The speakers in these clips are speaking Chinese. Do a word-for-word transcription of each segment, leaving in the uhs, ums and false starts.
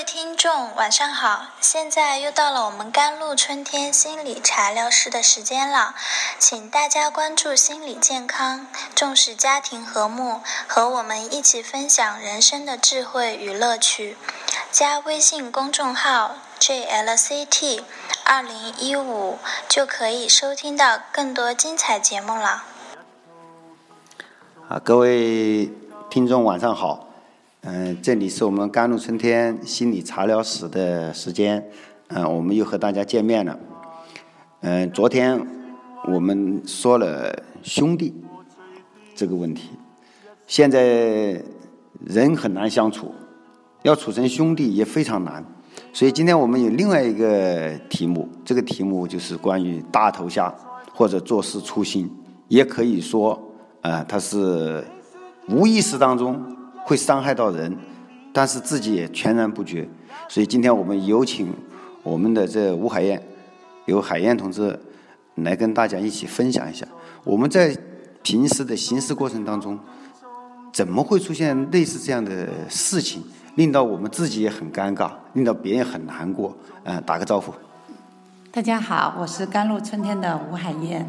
听众晚上好，现在又到了我们甘露春天心理茶疗室的时间了，请大家关注心理健康，重视家庭和睦，和我们一起分享人生的智慧与乐趣。加微信公众号 J L C T 二零一五就可以收听到更多精彩节目了。 啊，各位听众晚上好。嗯、呃，这里是我们甘露春天心理茶疗室的时间，嗯、呃，我们又和大家见面了。嗯、呃，昨天我们说了兄弟这个问题，现在人很难相处，要处成兄弟也非常难，所以今天我们有另外一个题目，这个题目就是关于大头虾或者做事粗心，也可以说，啊、呃，它是无意识当中会伤害到人，但是自己也全然不觉。所以今天我们有请我们的这吴海燕，由海燕同志来跟大家一起分享一下，我们在平时的行事过程当中，怎么会出现类似这样的事情，令到我们自己也很尴尬，令到别人很难过。嗯、呃，打个招呼。 大家好，我是甘露春天的吴海燕。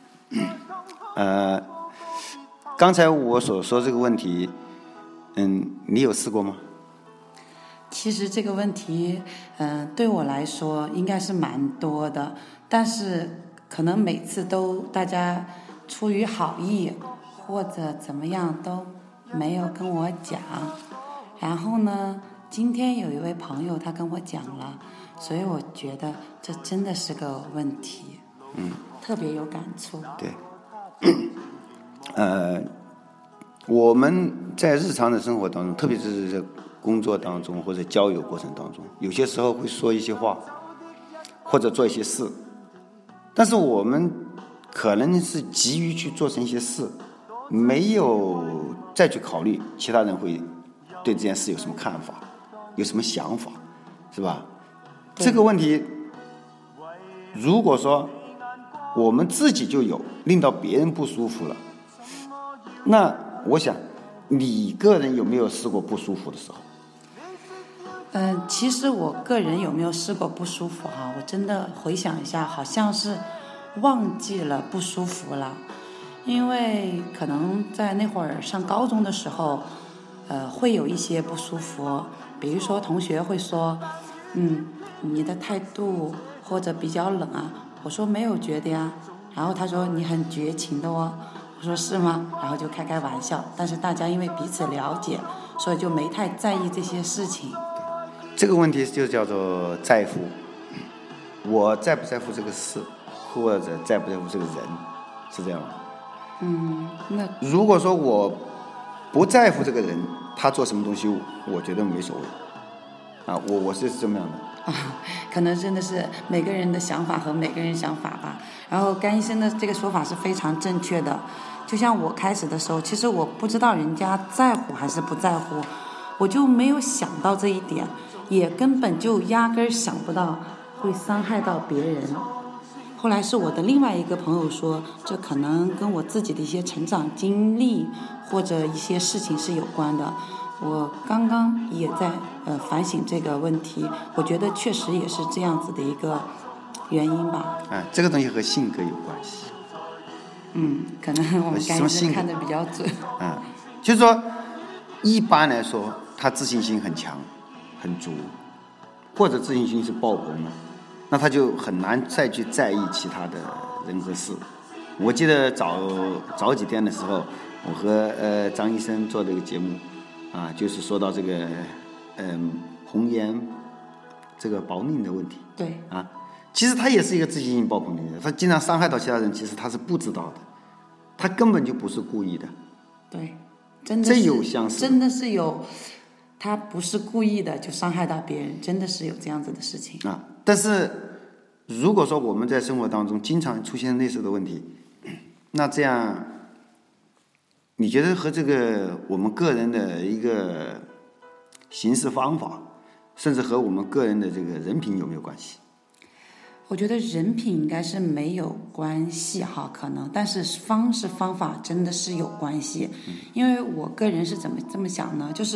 呃，刚才我所说这个问题，嗯，你有试过吗？ 其实这个问题，嗯、呃，对我来说应该是蛮多的，但是可能每次都大家出于好意或者怎么样都没有跟我讲。然后呢，今天有一位朋友他跟我讲了，所以我觉得这真的是个问题， 嗯， 特别有感触。 对，呃。我们在日常的生活当中，特别是在工作当中或者交友过程当中，有些时候会说一些话，或者做一些事，但是我们可能是急于去做成一些事，没有再去考虑其他人会对这件事有什么看法，有什么想法，是吧？这个问题，如果说我们自己就有，令到别人不舒服了，那我想，你个人有没有试过不舒服的时候？ 嗯、呃，其实我个人有没有试过不舒服哈？我真的回想一下，好像是忘记了不舒服了，因为可能在那会儿上高中的时候，呃，会有一些不舒服，比如说同学会说，嗯，你的态度或者比较冷啊，我说没有觉得呀，然后他说你很绝情的哦。我说是吗？然后就开开玩笑，但是大家因为彼此了解，所以就没太在意这些事情。 这个问题就叫做在乎，我在不在乎这个事，或者在不在乎这个人，是这样吗？ 嗯，那如果说我不在乎这个人，他做什么东西，我觉得没所谓。啊，我我是这么样的。 啊，可能真的是每个人的想法和每个人想法吧。然后甘医生的这个说法是非常正确的。就像我开始的时候，其实我不知道人家在乎还是不在乎，我就没有想到这一点，也根本就压根儿想不到会伤害到别人。后来是我的另外一个朋友说，这可能跟我自己的一些成长经历或者一些事情是有关的。我刚刚也在呃反省这个问题，我觉得确实也是这样子的一个原因吧。 啊，这个东西和性格有关系。 嗯，可能我们甘医生看得比较准。 啊，就是说，一般来说，他自信心很强、很足，或者自信心是爆棚的，那他就很难再去在意其他的人和事。我记得早早几天的时候，我和呃张医生做这个节目，啊，就是说到这个嗯、呃、红颜这个薄命的问题。 对。 啊。其实他也是一个自信心爆棚的人，他经常伤害到其他人，其实他是不知道的，他根本就不是故意的。 对，真的是这有相似， 真的是有，他不是故意的就伤害到别人，真的是有这样子的事情啊。但是如果说我们在生活当中经常出现类似的问题，那这样，你觉得和这个我们个人的一个行事方法，甚至和我们个人的这个人品有没有关系？ 我觉得人品应该是没有关系哈，可能，但是方式方法真的是有关系。因为我个人是怎么这么想呢？就是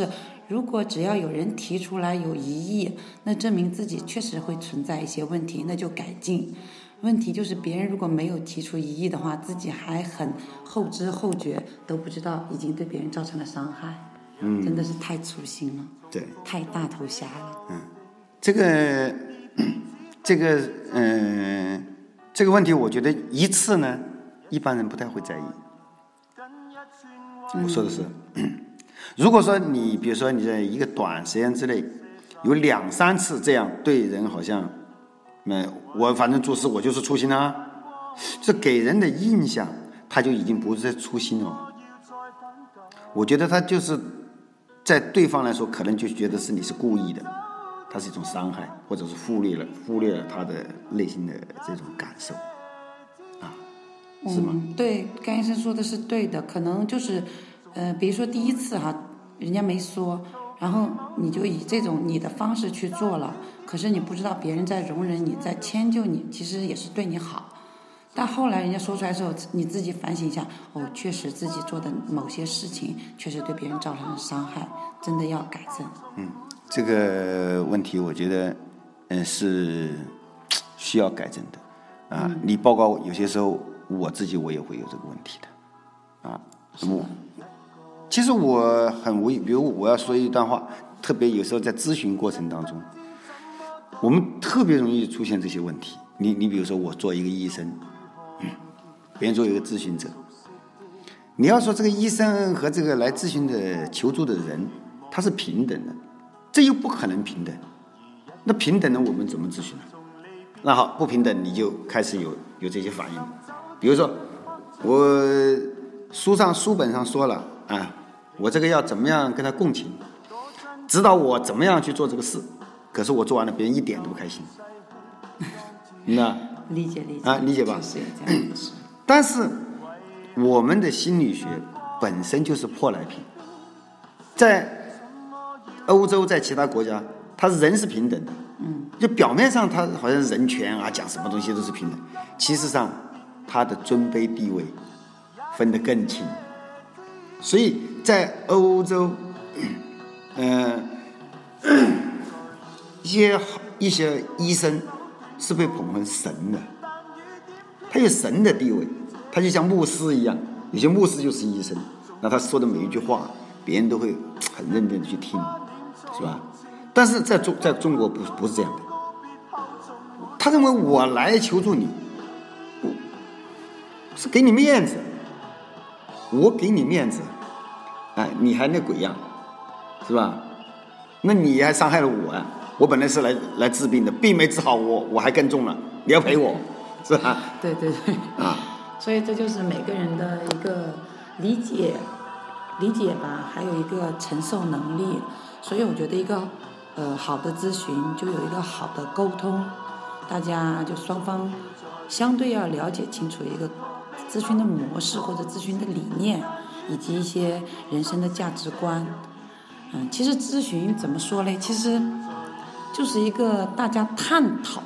如果只要有人提出来有疑义，那证明自己确实会存在一些问题，那就改进。问题就是别人如果没有提出疑义的话，自己还很后知后觉，都不知道已经对别人造成了伤害。嗯，真的是太粗心了， 对， 太大头虾了。 嗯，这个这个嗯、呃、这个问题，我觉得一次呢，一般人不太会在意。我说的是，嗯、如果说你比如说你在一个短时间之内有两三次这样对人好像，嗯，我反正做事我就是粗心啊，这给人的印象他就已经不是粗心了。我觉得他就是在对方来说可能就觉得是你是故意的，它是一种伤害，或者是忽略了忽略了他的内心的这种感受啊，是吗？ 嗯，对，甘医生说的是对的，可能就是，呃，比如说第一次哈，人家没说，然后你就以这种你的方式去做了，可是你不知道别人在容忍你，在迁就你，其实也是对你好。但后来人家说出来的时候，你自己反省一下，哦，确实自己做的某些事情确实对别人造成了伤害，真的要改正。 嗯，这个问题我觉得，嗯，是需要改正的啊。嗯、你包括有些时候我自己我也会有这个问题的啊。我其实我很无语，比如我要说一段话，特别有时候在咨询过程当中，我们特别容易出现这些问题。你你比如说我做一个医生。别人作为一个咨询者，你要说这个医生和这个来咨询的求助的人他是平等的，这又不可能平等。那平等的我们怎么咨询呢？那好，不平等你就开始有有这些反应。比如说我书上书本上说了啊，我这个要怎么样跟他共情，指导我怎么样去做这个事，可是我做完了别人一点都不开心。那理解理解啊，理解吧？ 是这样的事。 但是我们的心理学本身就是舶来品，在欧洲，在其他国家，他人是平等的。嗯，就表面上他好像人权啊，讲什么东西都是平等，其实上他的尊卑地位分得更清。所以在欧洲，呃，一些一些医生是被捧成神的。他有神的地位，他就像牧师一样，有些牧师就是医生，那他说的每一句话别人都会很认真的去听，是吧？但是在中在中国不不是这样的，他认为我来求助你是给你面子，我给你面子，哎，你还那鬼样，是吧？那你还伤害了我啊！我本来是来来治病的，病没治好我我还更重了，你要赔我。是吧？ 对对对， 啊， 所以这就是每个人的一个理解，理解吧，还有一个承受能力。所以我觉得一个呃好的咨询就有一个好的沟通，大家就双方相对要了解清楚一个咨询的模式或者咨询的理念，以及一些人生的价值观。嗯，其实咨询怎么说呢？其实就是一个大家探讨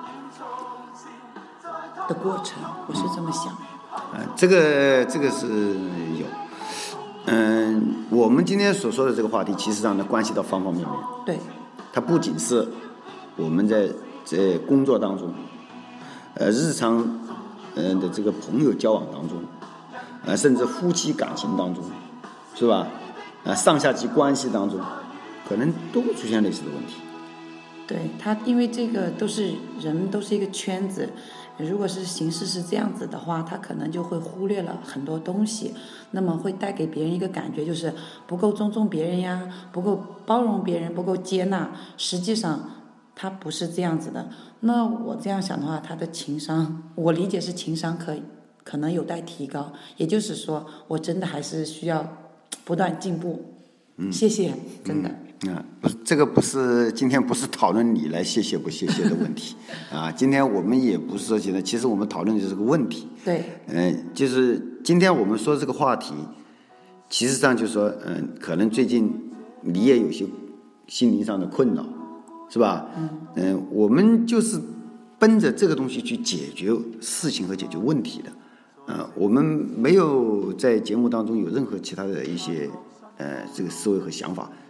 的过程，我是这么想。 呃，这个这个是有，嗯，我们今天所说的这个话题，其实上呢关系到方方面面。 对， 它不仅是我们在在工作当中，呃，日常呃的这个朋友交往当中，呃，甚至夫妻感情当中，是吧？呃，上下级关系当中，可能都会出现类似的问题。 对，他因为这个都是人都是一个圈子。如果是形式是这样子的话，他可能就会忽略了很多东西，那么会带给别人一个感觉，就是不够尊重别人呀，不够包容别人，不够接纳。实际上他不是这样子的。那我这样想的话，他的情商，我理解是情商可以可能有待提高，也就是说，我真的还是需要不断进步。嗯，谢谢，真的。 嗯啊，不是这个不是今天不是讨论你来谢谢不谢谢的问题啊，今天我们也不是说现在，其实我们讨论的就是个问题。 对， 嗯、呃，就是今天我们说这个话题，其实上就是说，嗯、呃，可能最近你也有些心灵上的困扰，是吧？嗯，嗯、呃，我们就是奔着这个东西去解决事情和解决问题的，呃，我们没有在节目当中有任何其他的一些呃这个思维和想法。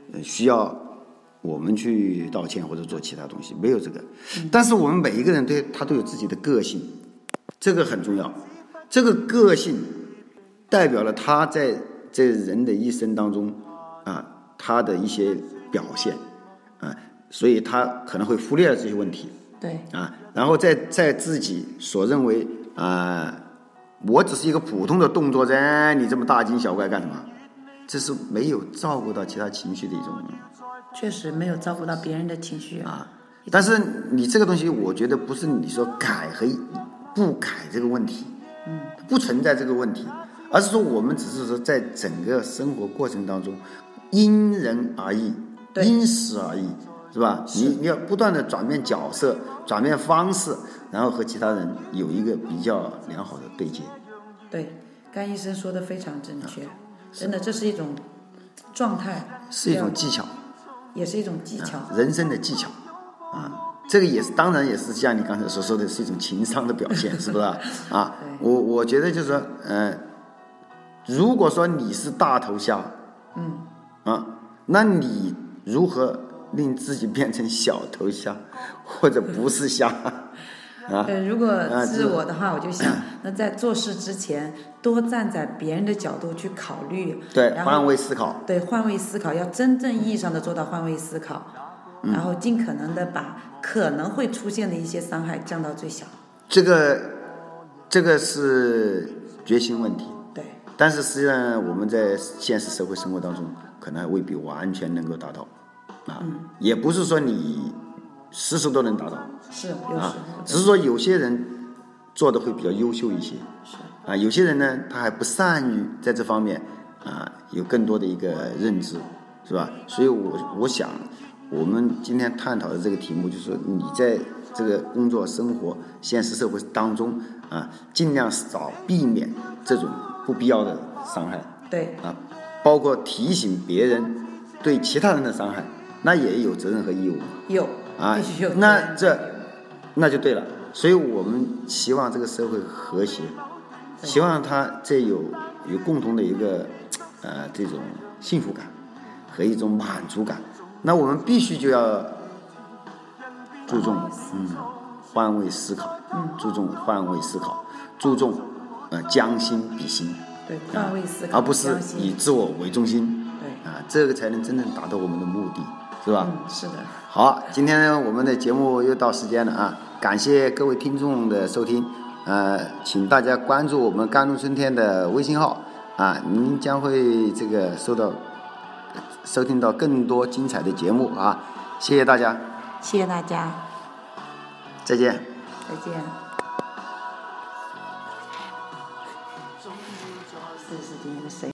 呃需要我们去道歉或者做其他东西，没有这个。但是我们每一个人对他都有自己的个性，这个很重要。这个个性代表了他在这人的一生当中啊，他的一些表现啊，所以他可能会忽略了这些问题。 对啊，然后在在自己所认为啊，我只是一个普通的动作噻，你这么大惊小怪干什么？这是没有照顾到其他情绪的一种， 确实没有照顾到别人的情绪啊。但是你这个东西，我觉得不是你说改和不改这个问题，嗯，不存在这个问题，而是说我们只是说在整个生活过程当中，因人而异，因时而异。是吧？你你要不断的转变角色，转变方式，然后和其他人有一个比较良好的对接。 对，甘医生说的非常正确，啊、真的，这是一种状态， 是一种技巧， 也是一种技巧， 啊、人生的技巧啊。这个也是，当然也是像你刚才所说的，是一种情商的表现，是不是啊？我我觉得就是说，嗯、呃，如果说你是大头虾，嗯，啊，那你如何令自己变成小头虾，或者不是虾啊？ 呃，如果是我的话，我就想，那在做事之前，多站在别人的角度去考虑， 对，换位思考， 对，换位思考，要真正意义上的做到换位思考，嗯、然后尽可能的把可能会出现的一些伤害降到最小。 这个，这个是决心问题。 对。 但是实际上，我们在现实社会生活当中，可能还未必完全能够达到。啊、嗯，也不是说你时时都能达到， 是有时啊，只是说有些人做的会比较优秀一些， 是啊，有些人呢他还不善于在这方面啊有更多的一个认知，是吧？所以我我想我们今天探讨的这个题目就是你在这个工作、生活、现实社会当中啊，尽量少避免这种不必要的伤害， 对啊，包括提醒别人对其他人的伤害。那也有责任和义务， 有啊， 必须有， 那这那就对了。所以我们希望这个社会和谐，希望它这有有共同的一个呃这种幸福感和一种满足感。那我们必须就要注重嗯换位思考，嗯，注重换位思考，注重呃将心比心， 对，换位思考， 而不是以自我为中心， 对啊，这个才能真正达到我们的目的。是吧？ 嗯，是的。 好，今天呢，我们的节目又到时间了啊！感谢各位听众的收听，呃，请大家关注我们甘露春天的微信号啊，您将会这个收到收听到更多精彩的节目啊！谢谢大家， 谢谢大家， 再见， 再见。这是今天的谁？